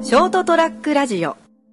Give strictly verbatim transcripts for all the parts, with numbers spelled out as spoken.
ショートトラックラジオ。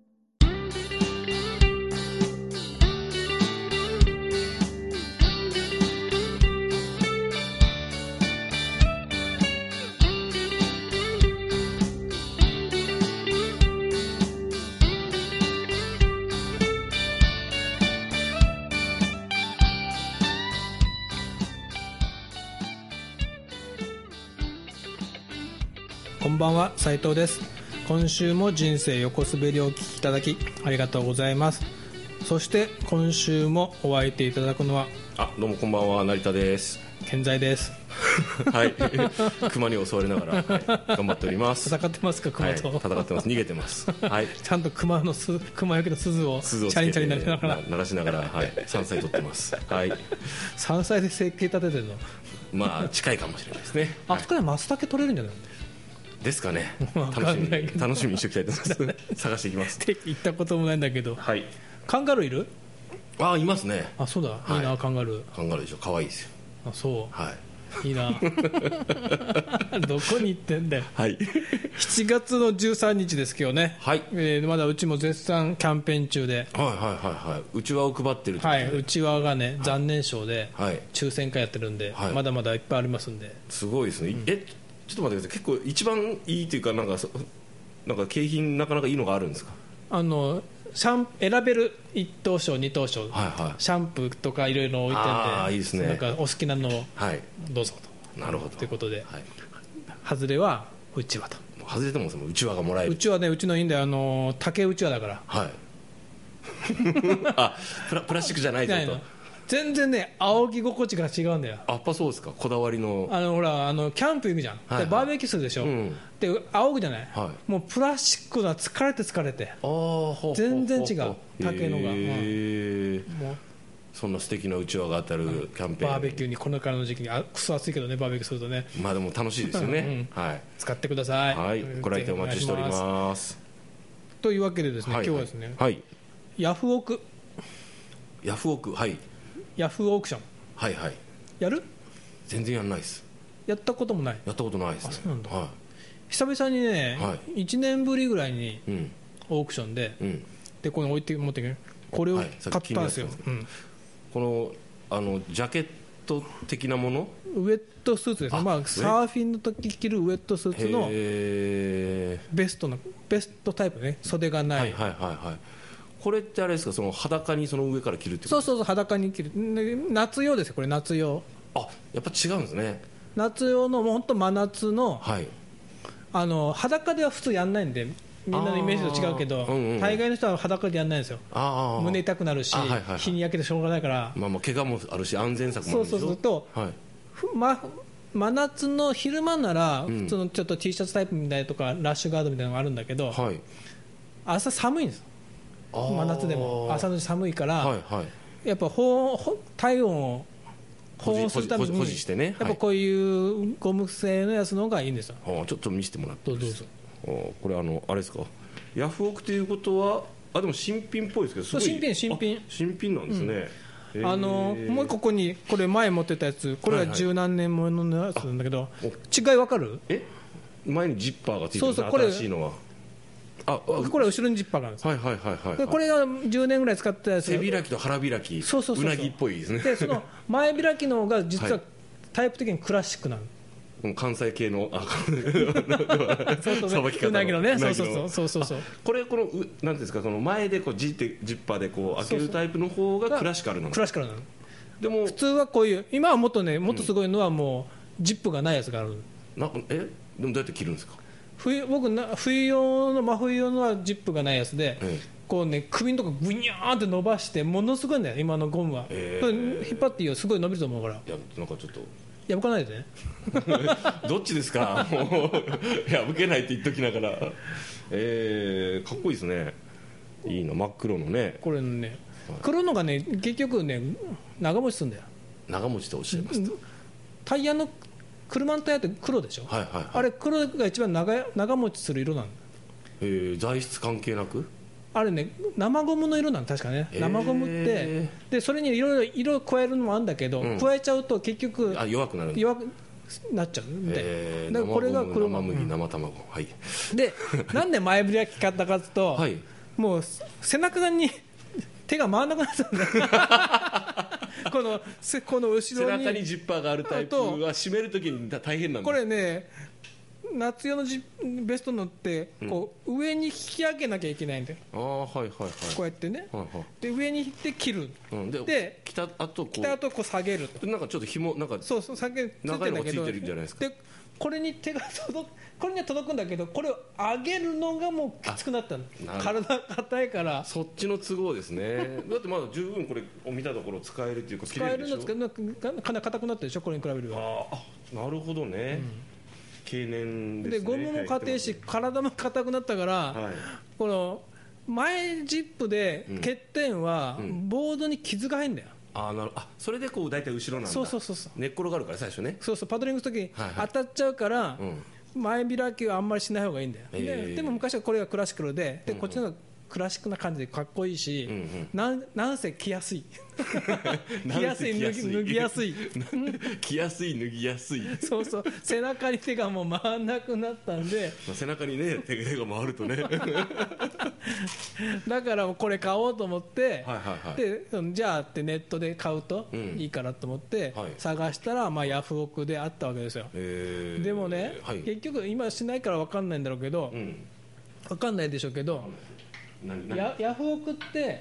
こんばんは、斉藤です。今週も人生横滑りをお聞きいただきありがとうございます。そして今週もお相手いただくのは、 あ、どうもこんばんは、成田です。 健在です。 はい熊に襲われながら、はい、頑張っております。 戦ってますか、熊と。 はい、戦ってます。逃げてます、はい、 ちゃんと熊のす熊よけの鈴をチャリンチャリン鳴らしながら鳴らしながら、はい、山菜取ってます、はい、 山菜で生計立ててるの。 まあ近いかもしれないですね。 あそこで松茸取れるんじゃないですかね。楽しみに楽しみにしておきたいと思います探していきます。 行ったこともないんだけど、はい、カンガルーいる？ あ、いますね。 あ、そうだ、はい、いいな、カンガルー。 カンガルーでしょ、可愛いですよ。 あ、そう、 はい、 いいなどこに行ってんだよ、 はい、 しちがつのじゅうさんにちです今日ね、はい、えー、まだうちも絶賛キャンペーン中で、 はいはいはいはい、うちわを配ってる。 はい、うちわがね、残念賞で、 はい、 抽選会やってるんで、はい、まだまだいっぱいありますんで。 すごいですね、うん、えちょっと待ってください。結構一番いいというか、なんかなんか景品なかなかいいのがあるんですか？ あのシャン選べるいっ等賞に等賞、はいはい、シャンプーとかいろいろ置いてるんで、 あー、いいですね、 なんかお好きなのをどうぞと、 なるほどということで、はい、外れはうちわと。 外れてもうちわがもらえる。 うちわね、うちのいいんだよ、あの竹うちわだから、はいあ、プラ、プラスチックじゃないぞと。 全然ね、仰ぎ心地が違うんだよ。 あ、やっぱそうですか。こだわりの、 あのほら、あのキャンプ行くじゃん、はいはい、でバーベキューするでしょ、うん、で仰ぐじゃない、はい、もうプラスチックが疲れて疲れて、あ、全然違う、竹のが、へ、うん、もうそんな素敵なうちわが当たるキャンペーン、 バーベキューにこれからの時期に、あ、クソ暑いけどね、バーベキューするとね、 まあでも楽しいですよね、うん、はい、 使ってください。 はい、ご来店お待ちしております。 というわけでですね、はいはい、今日はですね、はい、ヤフオク、 ヤフオク、はい、 ヤフーオークション、はいはい、やる？ 全然やんないです。 やったこともない？ やったことないですね。あ、そうなんだ、はい、 久々にね、はい、いちねんぶりぐらいに、うん、オークションで、うん、でこれ置いて持ってこれを買ったんですよ、はい、うん、この、あのジャケット的なもの、 ウェットスーツですね、まあ、サーフィンの時着るウェットスーツのベストのベストタイプね、袖がない、はいはいはいはい、 これってあれですか、その裸にその上から着るってこと？ そうそうそう、裸に着る、夏用ですよ、これ夏用。 あ、やっぱ違うんですね。 夏用のもう本当真夏の、はい、あの裸では普通やんないんで、みんなのイメージと違うけど、うんうん、大概の人は裸でやんないんですよ。あ、胸痛くなるし、はいはいはい、日に焼けてしょうがないから、 まあ、まあ怪我もあるし安全策もあるんでしょ。 そうそうすると、はい、ま、真夏の昼間なら、うん、普通のちょっと T シャツタイプみたいなとかラッシュガードみたいなのがあるんだけど、はい、朝寒いんです。真夏でも朝の時寒いから、はいはい、やっぱ体温を保温するために保持してね、 やっぱこういうゴム製のやつの方がいいんですよ。 はあ、ちょっと見せてもらっていいですか？ どうぞ。 これあのあれですか、ヤフオクということは、あ、でも新品っぽいですけど、すごい新品新品新品なんですね、 うん、あのもう一個ここにこれ前持ってたやつ、これは十何年もののやつなんだけど、はいはい、違い分かる？ え、前にジッパーがついてるんですね。そうそう、これ新しいのは、 あ、これ後ろにジッパーがあるんです。 はいはいはいはい、はい、 これがじゅうねんぐらい使ったやつ、 背開きと腹開き、そうそうそうそう、うなぎっぽいですね。 でその前開きの方が実はタイプ的にクラシックなの、 はい、関西系のあさばき方のうなぎのね、そうそうそうそうそうそう、 これこのなんていうんですか、その前でこうジってジッパーでこう開けるタイプの方がクラシカルなの。 クラシカルなの。でも普通はこういう、今はもっとね、もっとすごいのはもうジップがないやつがある。 なえでもどうやって切るんですか？ 冬僕な冬用の真冬用のはジップがないやつで、ええ、こうね、首のとこグニャーって伸ばしてものすごいんだよ今のゴムは、えー、引っ張っていいよ、すごい伸びると思うから。いや、なんかちょっと破かないでねどっちですかもう破けないって言っときながら、えー、かっこいいですね。いいな、真っ黒のね、 これね、黒のがね結局ね長持ちするんだよ。 長持ちとおっしゃいますと、 タイヤの車のタイヤって黒でしょ、はいはいはい、あれ黒が一番 長, 長持ちする色なんだ。 えー、材質関係なく、 あれね、生ゴムの色なんだ確かね、えー、生ゴムってでそれにいろいろ色を加えるのもあるんだけど、うん、加えちゃうと結局あ弱くなる、 弱くなっちゃうみたいな、 えー、 だからこれが生麦、生麦、生卵、はい、 でなんで前開き方かというと、はい、もう背中に手が回らなくなったんだよこのこの後ろに背中にジッパーがあるタイプは締めるときに大変なんだ。 これね夏用のジベストのってこう、うん、上に引き上げなきゃいけないんだよ。 あ、はいはいはい、 こうやってね、はいはい、で上に引いて切る、 うん、で, で来た後こう来た後こう下げると、 なんかちょっと紐なんかそうそう下げついてるんだけど、 長いのがついてるじゃないですか。 でこれに手が届く、これには届くんだけど、これを上げるのがもうきつくなったの。体硬いから。 そっちの都合ですねだってまだ十分これを見たところ使えるっていうか、 使えるの使えるのかな、硬くなってるでしょ、これに比べると。ああ、なるほどね、うん、経年ですね。 でゴムも硬いし体も硬くなったから、はい、この前ジップで欠点はボードに傷が入るんだよ、 うん、あなるあそれでこう大体後ろなんだ。 そうそうそうそう、 寝っ転がるから最初ね。 そうそう、パドリングするとき当たっちゃうから、はいはい、うん、前開きはあんまりしない方がいいんだよ、えー、で, でも昔はこれがクラシカル で, で、うんうん、こっちの方がクラシックな感じでかっこいいし、うんうん、なんなんせ着やすい着やすい脱ぎ、脱ぎやすい着やすい脱ぎやすいそうそう、背中に手がもう回らなくなったんで、 まあ、背中にね手が回るとねだからこれ買おうと思って、はいはいはい、でじゃあってネットで買うといいからと思って探したら、まあ、ヤフオクであったわけですよ、えー、でもね、はい、結局今しないから分かんないんだろうけど、うん、分かんないでしょうけど、ヤ, ヤフオクって、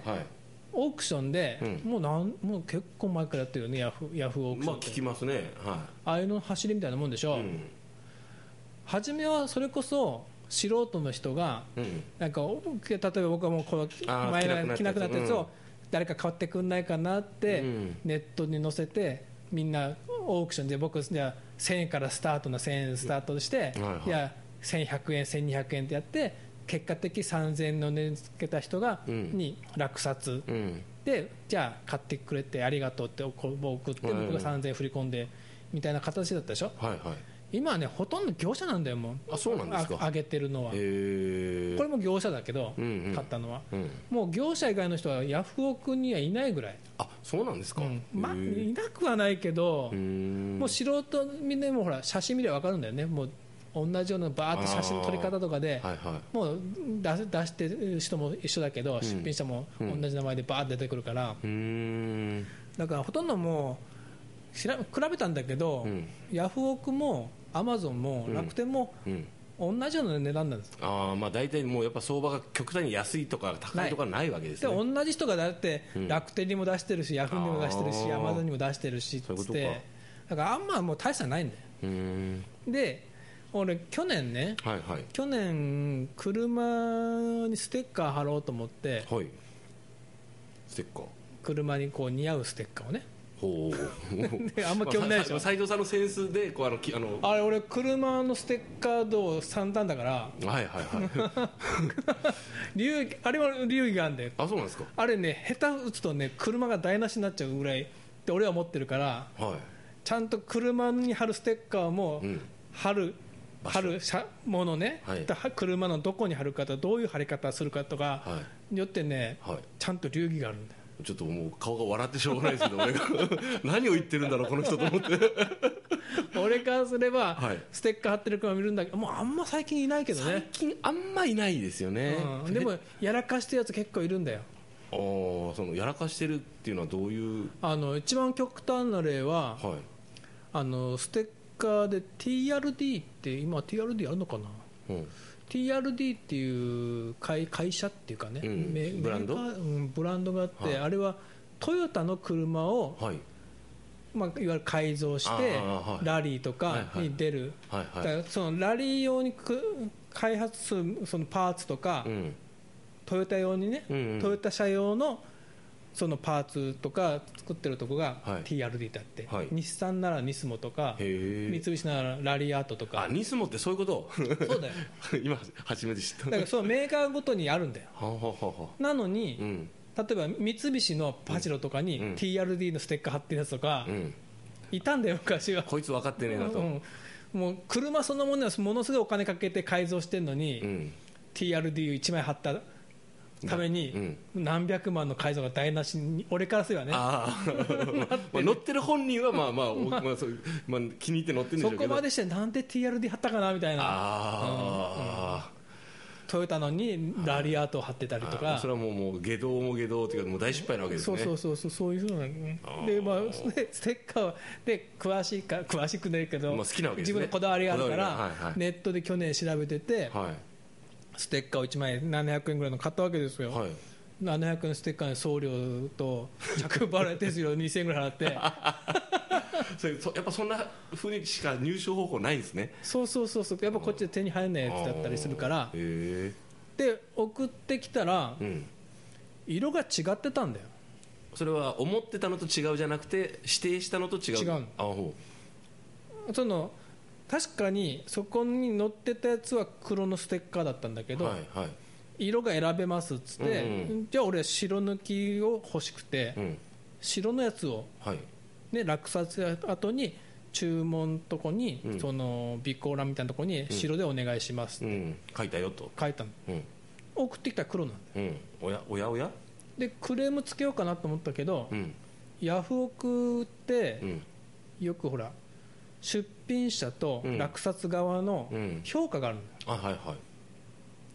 はい、オークションで、うん、もうなんもう結構前からやってるよね、ヤフ、ヤフオークションって。 まあ聞きますね、はい、 ああいうの走りみたいなもんでしょ、うん、初めはそれこそ素人の人が、うん、なんか例えば僕はもうこの前が着なくなったやつを誰か買ってくんないかなって、うん、ネットに載せて、みんなオークションで僕じゃあせんえんからスタートなせんえんスタートして、うん、はいはい、いやせんひゃくえんせんにひゃくえんってやって結果的さんぜんえんの値付けた人が、うん、に落札、うん、でじゃあ買ってくれてありがとうって送って僕がさんぜんえん振り込んでみたいな形だったでしょ、はいはい、今はねほとんど業者なんだよ。もうあ、そうなんですか。 上げてるのは、えー、これも業者だけど、うんうん、買ったのは、うん、もう業者以外の人はヤフオクにはいないぐらい。 あ、そうなんですか、うん、 まあ、いなくはないけど、もう素人みんなもほら写真見れば分かるんだよね。もう同じようなバーって写真の撮り方とかで、はいはい、もう 出, 出してる人も一緒だけど、うん、出品者も同じ名前でバーって出てくるから、うん、だからほとんどもう比べたんだけど、うん、ヤフオクもアマゾンも楽天も、うん、同じような値段なんです。 あ、まあ、大体もうやっぱ相場が極端に安いとか高いとかないわけですね。 で同じ人がだって楽天にも出してるし、ヤフーにも出してるし、アマゾンにも出してるしってって、だからあんまもう大差ないんだよ。うん、で俺去年ね、はいはい、去年車にステッカー貼ろうと思って、はい、 ステッカー車にこう似合うステッカーをね、 ほうあんま興味ないでしょ。 斉藤さんのセンスでこうあのあのあれ俺車のステッカー道三段だから、 はいはいはい流あれは流儀があるんだよ。 あ、そうなんですか。 あれね下手打つとね車が台無しになっちゃうぐらいって俺は思ってるから、はい、ちゃんと車に貼るステッカーも貼る、うん、貼るものね、はい、車のどこに貼るかとどういう貼り方するかとかによってね、はい、ちゃんと流儀があるんだよ。 ちょっともう顔が笑ってしょうがないですけど俺が何を言ってるんだろうこの人と思って俺からすれば、はい、ステッカー貼ってる車見るんだけど、もうあんま最近いないけどね。 最近あんまいないですよね、 うん、でもやらかしてるやつ結構いるんだよ。 あ、そのやらかしてるっていうのはどういう。 あの一番極端な例は、はい、あのステッカーで ティーアールディー って今 ティーアールディー あるのかな、うん、ティーアールディー っていう 会, 会社っていうかね、うん、ブランド、うん、ブランドがあって、はい、あれはトヨタの車を、はい、まあ、いわゆる改造してラリーとかに出る、はいはいはいはい、だからそのラリー用に開発するそのパーツとか、うん、トヨタ用にね、うんうん、トヨタ車用のそのパーツとか作ってるとこが ティーアールディー ってあって、はい、日産ならニスモとか三菱ならラリアートとか。 あ、ニスモってそういうこと。 そうだよ今初めて知った。 だからそのメーカーごとにあるんだよはははは。なのに、うん、例えば三菱のパジロとかに ティーアールディー のステッカー貼ってるやつとか、うん、いたんだよ昔は。 こいつ分かってねえなと、うん、 もう車そのものはものすごいお金かけて改造してるのに、うん、ティーアールディー をいちまい貼ったために何百万の改造が台無しに俺からすればねあ、まあ、乗ってる本人はまあまあ、まあまあそうまあ、気に入って乗ってるんでしょうけど、 そこまでしてなんで ティーアールディー 貼ったかなみたいな、 あ、 うんうん、トヨタのにラリアートを貼ってたりとか、 それはもうもう下道も下道というかもう大失敗なわけですね。 そうそうそうそういうふうな、ね、でまあでステッカーで詳しいか詳しくないけど、 まあ、好きなわけですね、 自分のこだわりがあるから、 はいはい、 ネットで去年調べてて、はい、ステッカーをいちまいななひゃくえんぐらいの買ったわけですよ、はい、ななひゃくえんのステッカーの送料と着払い手数料にせんえんぐらい払ってそれそやっぱそんなふうにしか入手方法ないんですね。 そうそうそうそう、やっぱこっちで手に入らないやつだったりするから、へで送ってきたら、うん、色が違ってたんだよ。 それは思ってたのと違うじゃなくて指定したのと違う。 違う。あほうその確かにそこに載ってたやつは黒のステッカーだったんだけど、はいはい、色が選べますっつって、うんうん、じゃあ俺は白抜きを欲しくて、うん、白のやつを、はいね、落札後に注文のとこに、うん、その備考欄みたいなとこに白でお願いしますって、うんうん、 書いたよと書いたの、うん、送ってきたら黒なんだよ、 うん、おやおやおやでクレームつけようかなと思ったけど、うん、ヤフオクって、うん、よくほら出品者と落札側の評価があるの、うんうん、あはいはい、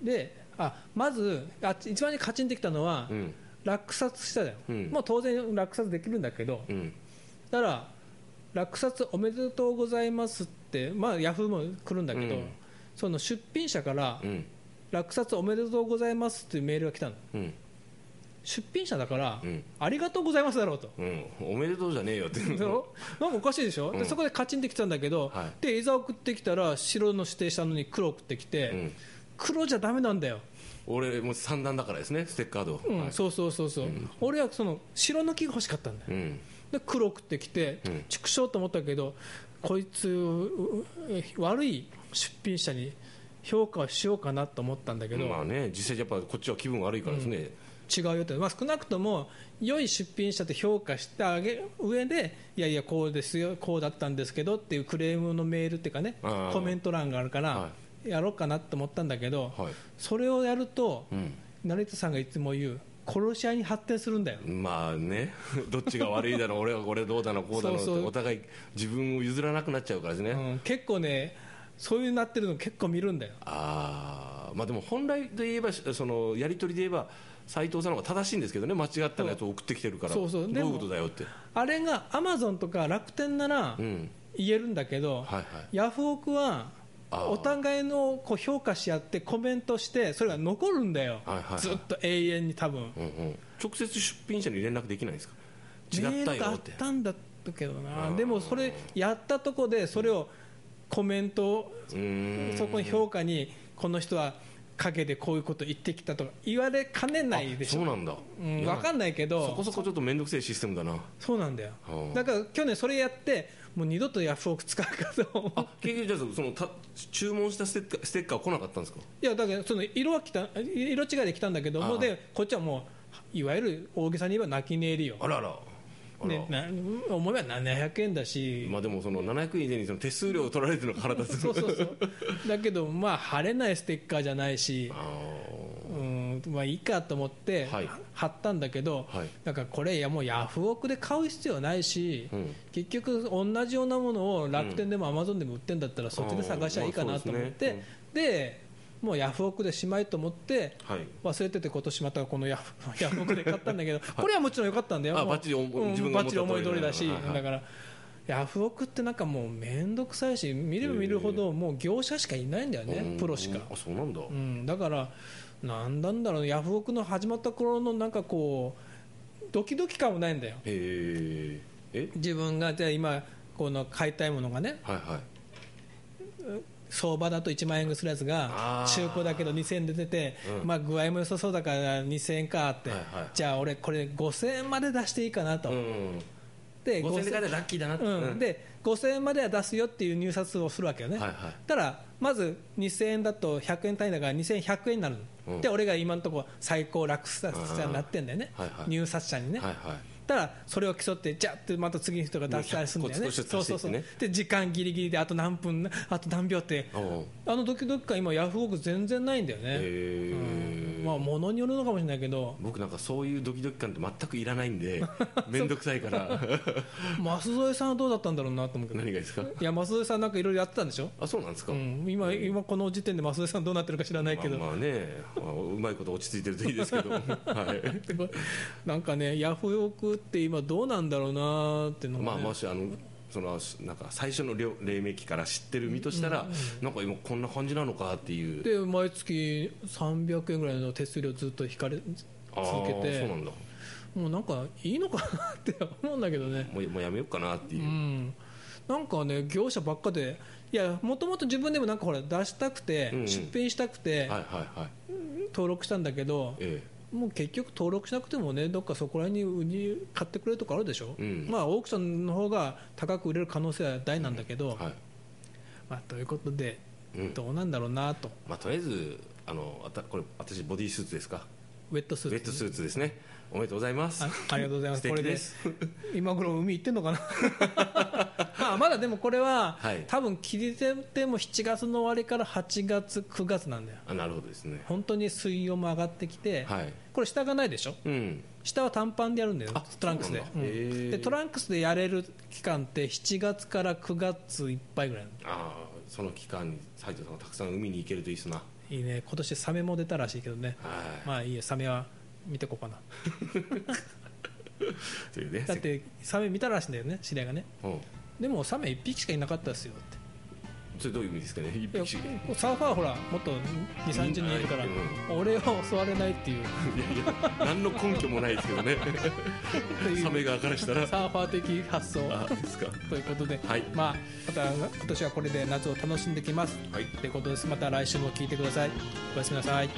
であまずあ一番にカチンってきたのは、うん、落札しただよ、うん、もう当然落札できるんだけど、うん、だから落札おめでとうございますって、まあ、ヤフーも来るんだけど、うん、その出品者から、うん、落札おめでとうございますっていうメールが来たの、うん、出品者だから、うん、ありがとうございますだろうと、うん、 おめでとうじゃねえよってなんかおかしいでしょ、うん、でそこでカチンってきたんだけど、はい、でいざ送ってきたら白の指定したのに黒送ってきて、うん、黒じゃダメなんだよ。 俺も三段だからですねステッカード、 うんはい、そうそうそうそう、うん、俺はその白抜きが欲しかったんだよ、うん、で黒送ってきて、うん、畜生と思ったけどこいつ悪い出品者に評価をしようかなと思ったんだけど、 まあね、実際やっぱこっちは気分悪いからですね、うん違うよって、まあ、少なくとも良い出品者と評価してあげ上でいやいやこうですよこうだったんですけどっていうクレームのメールっていうかねコメント欄があるからやろうかなと思ったんだけど、はい、それをやると、うん、成田さんがいつも言う殺し合いに発展するんだよ。 まあねどっちが悪いだろう俺はこれどうだのこうだのってお互い自分を譲らなくなっちゃうからですね、うん、 結構ねそういうなってるの結構見るんだよ。 あ、まあ、でも本来で言えばそのやり取りで言えば斉藤さんの方が正しいんですけどね、間違ったやつを送ってきてるからそうそうどういうことだよって。 あれがアマゾンとか楽天なら言えるんだけど、うんはいはい、ヤフオクはお互いのこう評価し合ってコメントしてそれが残るんだよ、はいはいはい、ずっと永遠に多分、うんうん、 直接出品者に連絡できないんですか。違ったよってメールがあったんだけどな。でもそれやったとこでそれをコメント、うん、そこに評価にこの人は陰でこういうこと言ってきたとか言われかねないでしょ。 そうなんだ、 うん、分かんないけどそこそこちょっと面倒くせえシステムだな。 そうなんだよ。だから去年それやってもう二度とヤフオク使うかと思う。あ結局じゃあそのた注文したステッカー、ステッカーは来なかったんですか。 いやだからその色は来た色違いで来たんだけどもでこっちはもういわゆる大げさに言えば泣き寝入りよ。 あらあらね、な思えばななひゃくえんだし、 まあ、でもそのななひゃくえん以前にその手数料を取られてるのが腹立つそうそうそうだけどまあ貼れないステッカーじゃないしうんまあいいかと思って貼ったんだけど、はい、だからこれいやもうヤフオクで買う必要ないし、うん、結局同じようなものを楽天でもアマゾンでも売ってんだったらそっちで探しゃいいかなと思って、まあねうん、でもうヤフオクでしまいと思って忘れてて今年またこのヤフ、ヤフオクで買ったんだけどこれはもちろん良かったんだよ。 バッチリ思い通りだし、だからヤフオクってなんかもう面倒くさいし見れば見るほどもう業者しかいないんだよね、プロしか。 あそうなんだ、 うん、だからなんなんだろうヤフオクの始まった頃のなんかこうドキドキ感もないんだよ。へえ自分がじゃあ今この買いたいものがね、はいはい相場だといちまんえんするやつが中古だけどにせんえんで出て、うんまあ、具合も良さそうだからにせんえんかって、はいはい、じゃあ俺これごせんえんまで出していいかなと、うん、 でごせんえんでラッキーだなって、 うん、でごせんえんまでは出すよっていう入札をするわけよね、はいはい、ただまずにせんえんだとひゃくえん単位だからにせんひゃくえんになるの、うん、で俺が今のところ最高落札者になってんだよね、はいはい、入札者にね、はいはいただそれを競ってじゃってまた次の人が出したりするんだよね。そうそうそうで時間ギリギリであと何分あと何秒ってあのドキドキ感今ヤフオク全然ないんだよね。へー、うんまあ物によるのかもしれないけど、 僕なんかそういうドキドキ感って全くいらないんで面倒くさいから舛添さんはどうだったんだろうなと思うけど。 何がですか？ いや舛添さんなんかいろいろやってたんでしょ。 あ、そうなんですか、 うん、今、今この時点で舛添さんどうなってるか知らないけど、 まあ、まあね、まあ、うまいこと落ち着いてるといいですけどはいなんかねヤフオクって今どうなんだろうなっていうのが、ね、 まあ、もしあのそのなんか最初の黎明期から知ってる身としたら、うんうんうん、なんか今こんな感じなのかっていう。 で毎月さんびゃくえんぐらいの手数料ずっと引かれ続けて、 そうなんだ。 もうなんかいいのかなって思うんだけどね。 もう、もうやめようかなっていう、うん、 なんかね業者ばっかで、いやもともと自分でもなんかほら出したくて、うんうん、出品したくて、はいはいはい、登録したんだけど、ええ、もう結局登録しなくてもね、どっかそこら辺に売り買ってくれるとこあるでしょ、うん、まあオークションの方が高く売れる可能性は大なんだけど、うん、はい、まあ、ということで、うん、どうなんだろうなと、 まあ、とりあえずあのあたこれ私ボディースーツですか、 ウェットスーツ、 ウェットスーツですね。おめでとうございます。 あ, ありがとうございます。 素敵です。 これで今頃海行ってんのかなまあまだでもこれは、はい、多分切り手でもしちがつの終わりからはちがつくがつなんだよ。 あ、なるほどですね。 本当に水温も上がってきて、はい、これ下がないでしょ、うん、下は短パンでやるんだよ、トランクスで、うん、でトランクスでやれる期間ってしちがつからくがついっぱいぐらい。 ああ、その期間に斉藤さんがたくさん海に行けるといいですな。 いいね。今年サメも出たらしいけどね、はい、まあいいよ、サメは見てこうかなという、ね、だってサメ見たらしいんだよね、知り合いがね、うん、でもサメいっぴきしかいなかったですよって。 それどういう意味ですかね。いっぴきしか。 サーファーはほらもっとに、さんじゅうにんいるから、うん、俺は襲われないっていういやいや何の根拠もないですけどねサメ側からしたらサーファー的発想ですかということで、はい、まあ、また今年はこれで夏を楽しんできます、はい、ということです。また来週も聞いてください。おやすみなさい。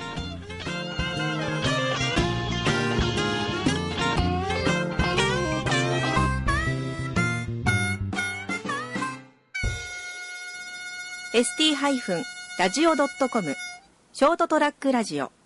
エスティー ラジオ ドットコム ショートトラックラジオ